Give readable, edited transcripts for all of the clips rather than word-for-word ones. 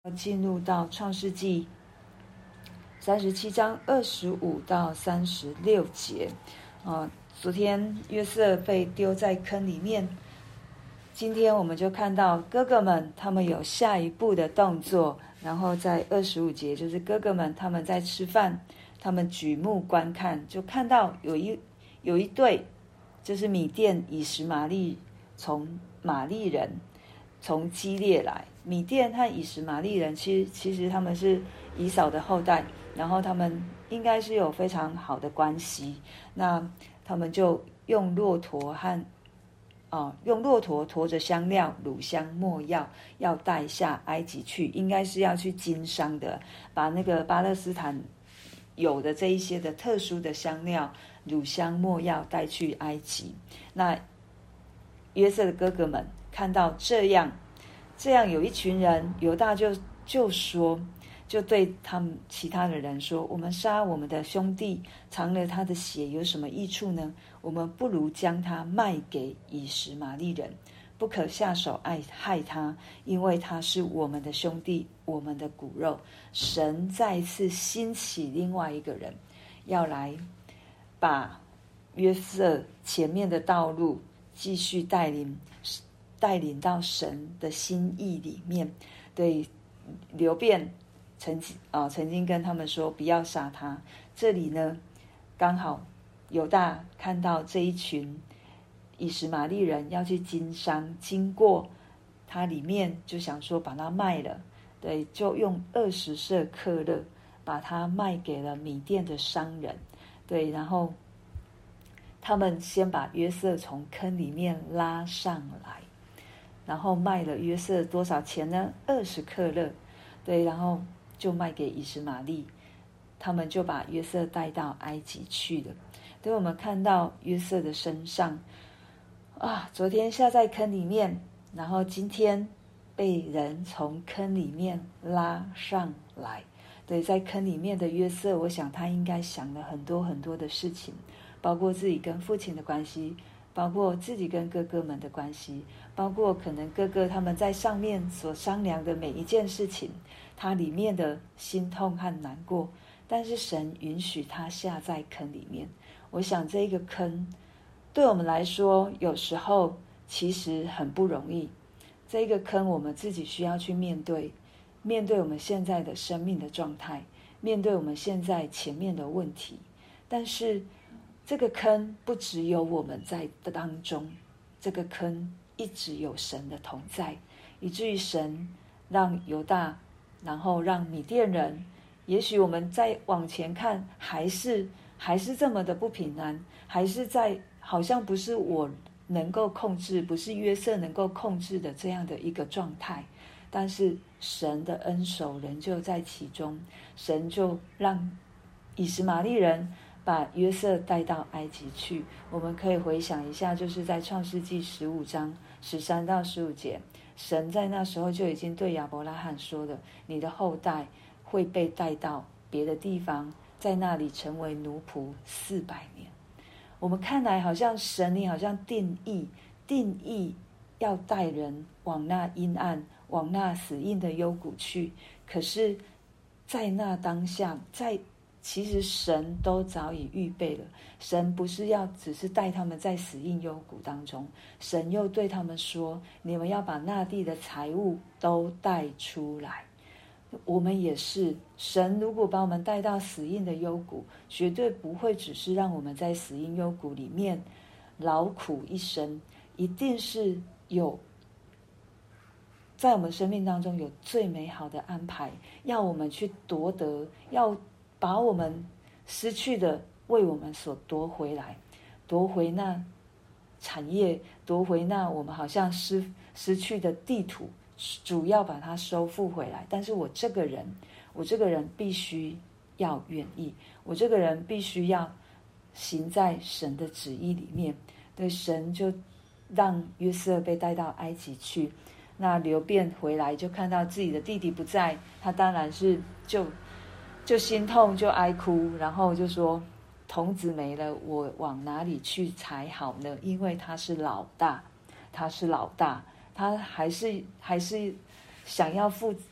进入到创世纪37章25到36节。昨天约瑟被丢在坑里面，今天我们就看到哥哥们他们有下一步的动作，然后在25节就是哥哥们他们在吃饭，他们举目观看，就看到有一对就是米甸以实玛利从玛利人从基列来。米甸和以实玛利人其实他们是以扫的后代，然后他们应该是有非常好的关系，那他们就用骆驼驮着香料、乳香、没药，要带下埃及去，应该是要去经商的，把那个巴勒斯坦有的这一些的特殊的香料、乳香、没药带去埃及。那约瑟的哥哥们看到这样有一群人，犹大就对他们其他的人说，我们杀我们的兄弟，尝了他的血有什么益处呢？我们不如将他卖给以实玛利人，不可下手害他，因为他是我们的兄弟，我们的骨肉。神再一次兴起另外一个人，要来把约瑟前面的道路继续带领到神的心意里面。对，流便曾经跟他们说不要杀他。这里呢，刚好犹大看到这一群以实玛利人要去经商，经过他里面就想说把他卖了，对，就用20舍客勒把他卖给了米甸的商人。对，然后他们先把约瑟从坑里面拉上来，然后卖了约瑟多少钱呢？20克勒。对，然后就卖给以实玛利，他们就把约瑟带到埃及去了。对，我们看到约瑟的身上昨天下在坑里面，然后今天被人从坑里面拉上来。对，在坑里面的约瑟，我想他应该想了很多很多的事情，包括自己跟父亲的关系，包括自己跟哥哥们的关系，包括可能哥哥他们在上面所商量的每一件事情，他里面的心痛和难过。但是神允许他下在坑里面。我想这个坑对我们来说有时候其实很不容易，这个坑我们自己需要去面对我们现在的生命的状态，面对我们现在前面的问题。但是这个坑不只有我们在当中，这个坑一直有神的同在，以至于神让犹大，然后让米甸人，也许我们再往前看，还是这么的不平安，还是在好像不是我能够控制，不是约瑟能够控制的这样的一个状态。但是神的恩手仍旧在其中，神就让以实玛利人把约瑟带到埃及去。我们可以回想一下，就是在创世纪15章13到15节，神在那时候就已经对亚伯拉罕说了，你的后代会被带到别的地方，在那里成为奴仆400年。我们看来好像神你好像定义要带人往那阴暗，往那死荫的幽谷去。可是在那当下，其实神都早已预备了。神不是要只是带他们在死荫幽谷当中，神又对他们说，你们要把那地的财物都带出来。我们也是，神如果把我们带到死荫的幽谷，绝对不会只是让我们在死荫幽谷里面劳苦一生，一定是有在我们生命当中有最美好的安排，要我们去夺得，要把我们失去的为我们所夺回来，夺回那产业，夺回那我们好像失去的地土，主要把它收复回来。但是我这个人必须要愿意，我这个人必须要行在神的旨意里面。对，神就让约瑟被带到埃及去。那流便回来就看到自己的弟弟不在，他当然是就心痛，就哀哭，然后就说，童子没了，我往哪里去才好呢？因为他是老大，他还是想要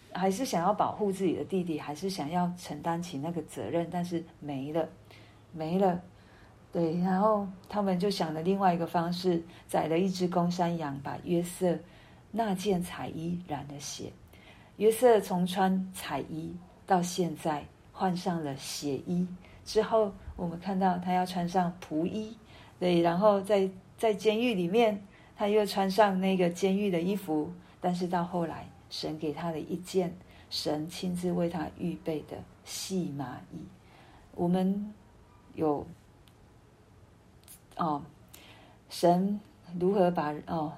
还是想要保护自己的弟弟，还是想要承担起那个责任，但是没了。对，然后他们就想了另外一个方式，宰了一只公山羊，把约瑟那件彩衣染了血。约瑟从穿彩衣到现在换上了血衣之后，我们看到他要穿上仆衣，对，然后在监狱里面，他又穿上那个监狱的衣服，但是到后来，神给他了一件神亲自为他预备的细麻衣。我们有神如何把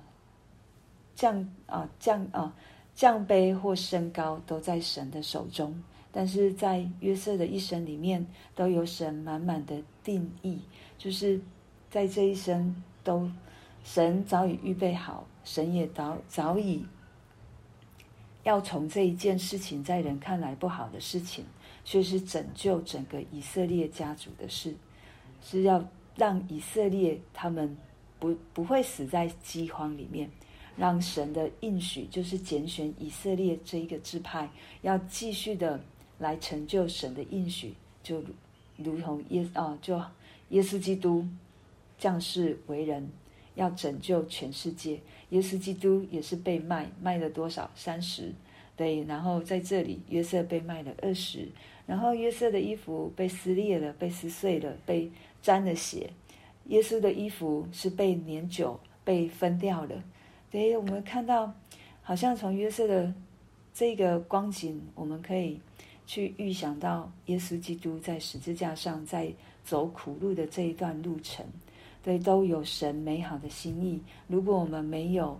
降卑或升高都在神的手中，但是在约瑟的一生里面，都有神满满的定义，就是在这一生都神早已预备好，神也早已要从这一件事情在人看来不好的事情，却是拯救整个以色列家族的事，是要让以色列他们不会死在饥荒里面，让神的应许就是拣选以色列这一个支派，要继续的来成就神的应许，就如同耶稣基督降世为人，要拯救全世界。耶稣基督也是被卖了多少？30，对，然后在这里约瑟被卖了20，然后约瑟的衣服被撕裂了，被撕碎了，被沾了血。耶稣的衣服是被粘酒被分掉了。对，我们看到好像从约瑟的这个光景，我们可以去预想到耶稣基督在十字架上在走苦路的这一段路程，对，都有神美好的心意。如果我们没有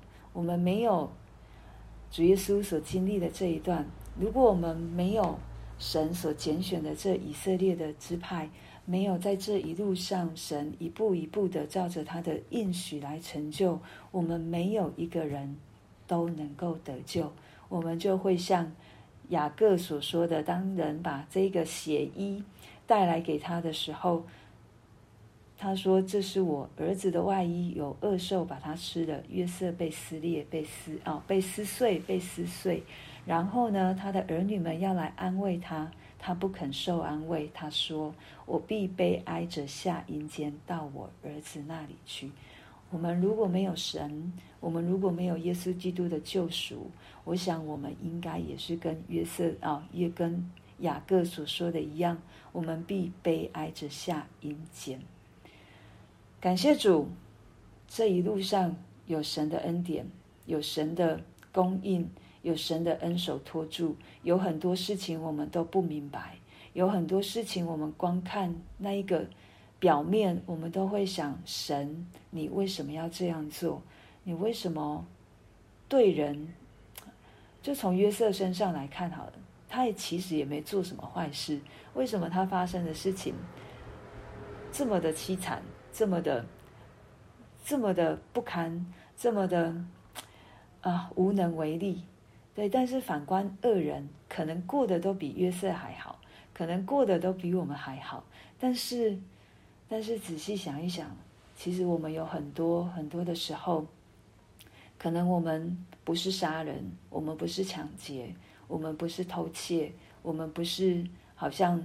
主耶稣所经历的这一段，如果我们没有神所拣选的这以色列的支派，没有在这一路上神一步一步的照着他的应许来成就，我们没有一个人都能够得救。我们就会像雅各所说的，当人把这个血衣带来给他的时候，他说这是我儿子的外衣，有恶兽把它吃了。约瑟被撕裂，被撕碎，然后呢，他的儿女们要来安慰他，他不肯受安慰。他说，我必悲哀着下阴间，到我儿子那里去。我们如果没有神，我们如果没有耶稣基督的救赎，我想我们应该也是跟也跟雅各所说的一样，我们必悲哀着下阴间。感谢主，这一路上有神的恩典，有神的供应，有神的恩手托住。有很多事情我们都不明白，有很多事情我们光看那一个表面，我们都会想，神你为什么要这样做？你为什么对人？就从约瑟身上来看好了，他也其实也没做什么坏事，为什么他发生的事情这么的凄惨，这么的不堪，这么的无能为力？对，但是反观恶人，可能过得都比约瑟还好，可能过得都比我们还好，但是仔细想一想，其实我们有很多很多的时候，可能我们不是杀人，我们不是抢劫，我们不是偷窃，我们不是好像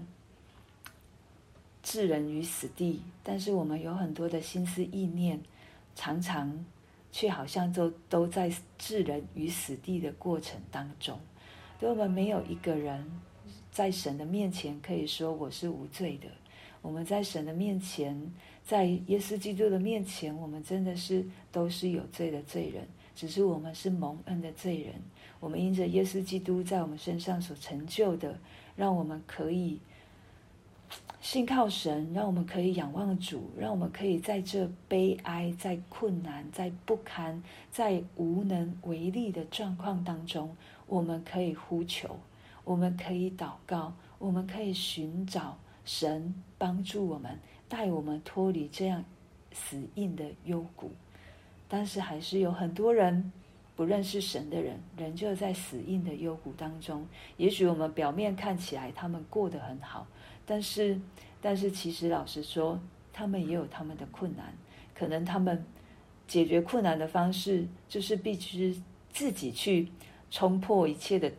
置人于死地，但是我们有很多的心思意念，常常却好像都在置人于死地的过程当中。对，我们没有一个人在神的面前可以说我是无罪的。我们在神的面前，在耶稣基督的面前，我们真的都是有罪的罪人，只是我们是蒙恩的罪人。我们因着耶稣基督在我们身上所成就的，让我们可以信靠神，让我们可以仰望主，让我们可以在这悲哀、在困难、在不堪、在无能为力的状况当中，我们可以呼求，我们可以祷告，我们可以寻找神帮助我们，带我们脱离这样死硬的幽谷。但是还是有很多人不认识神的人，仍旧在死硬的幽谷当中。也许我们表面看起来他们过得很好，但是其实老实说，他们也有他们的困难。可能他们解决困难的方式就是必须自己去冲破一切的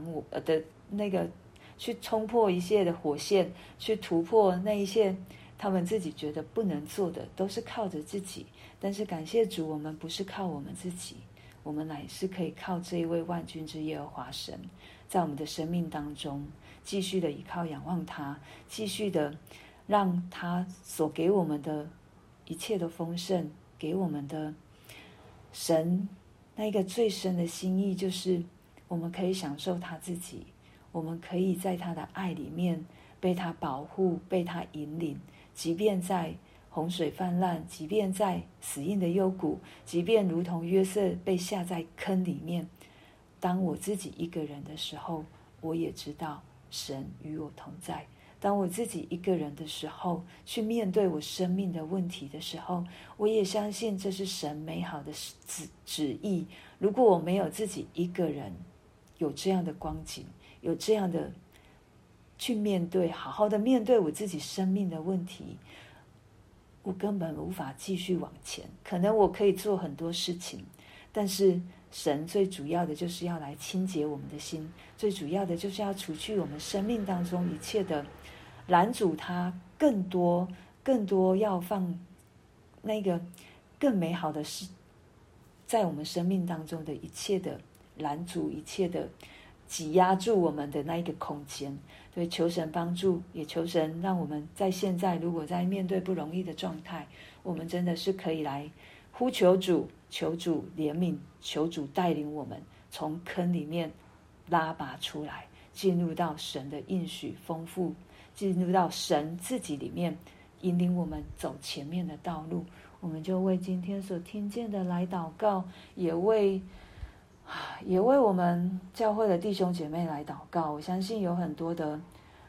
去冲破一切的火线，去突破那一些他们自己觉得不能做的，都是靠着自己。但是感谢主，我们不是靠我们自己，我们乃是可以靠这一位万军之耶和华神，在我们的生命当中继续的依靠仰望他，继续的让他所给我们的一切的丰盛，给我们的神那一个最深的心意，就是我们可以享受他自己，我们可以在他的爱里面被他保护，被他引领，即便在洪水泛滥，即便在死荫的幽谷，即便如同约瑟被下在坑里面，当我自己一个人的时候，我也知道神与我同在。当我自己一个人的时候，去面对我生命的问题的时候，我也相信这是神美好的旨意。如果我没有自己一个人有这样的光景，有这样的去面对，好好的面对我自己生命的问题，我根本无法继续往前。可能我可以做很多事情，但是神最主要的就是要来清洁我们的心，最主要的就是要除去我们生命当中一切的拦阻他更多要放那个更美好的事在我们生命当中的一切的拦阻，一切的挤压住我们的那一个空间。对，求神帮助，也求神让我们在现在如果在面对不容易的状态，我们真的是可以来呼求主，求主怜悯，求主带领我们从坑里面拉拔出来，进入到神的应许丰富，进入到神自己里面，引领我们走前面的道路。我们就为今天所听见的来祷告，也为我们教会的弟兄姐妹来祷告。我相信有很多的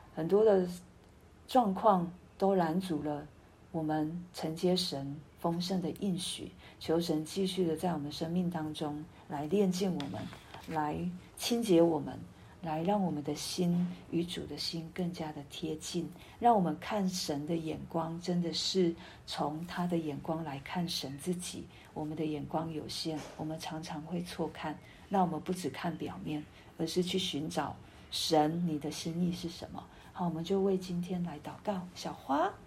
状况都拦阻了我们承接神丰盛的应许，求神继续的在我们生命当中来炼净我们，来清洁我们，来让我们的心与主的心更加的贴近，让我们看神的眼光真的是从他的眼光来看神自己。我们的眼光有限，我们常常会错看，那我们不只看表面，而是去寻找神你的心意是什么。好，我们就为今天来祷告。小花。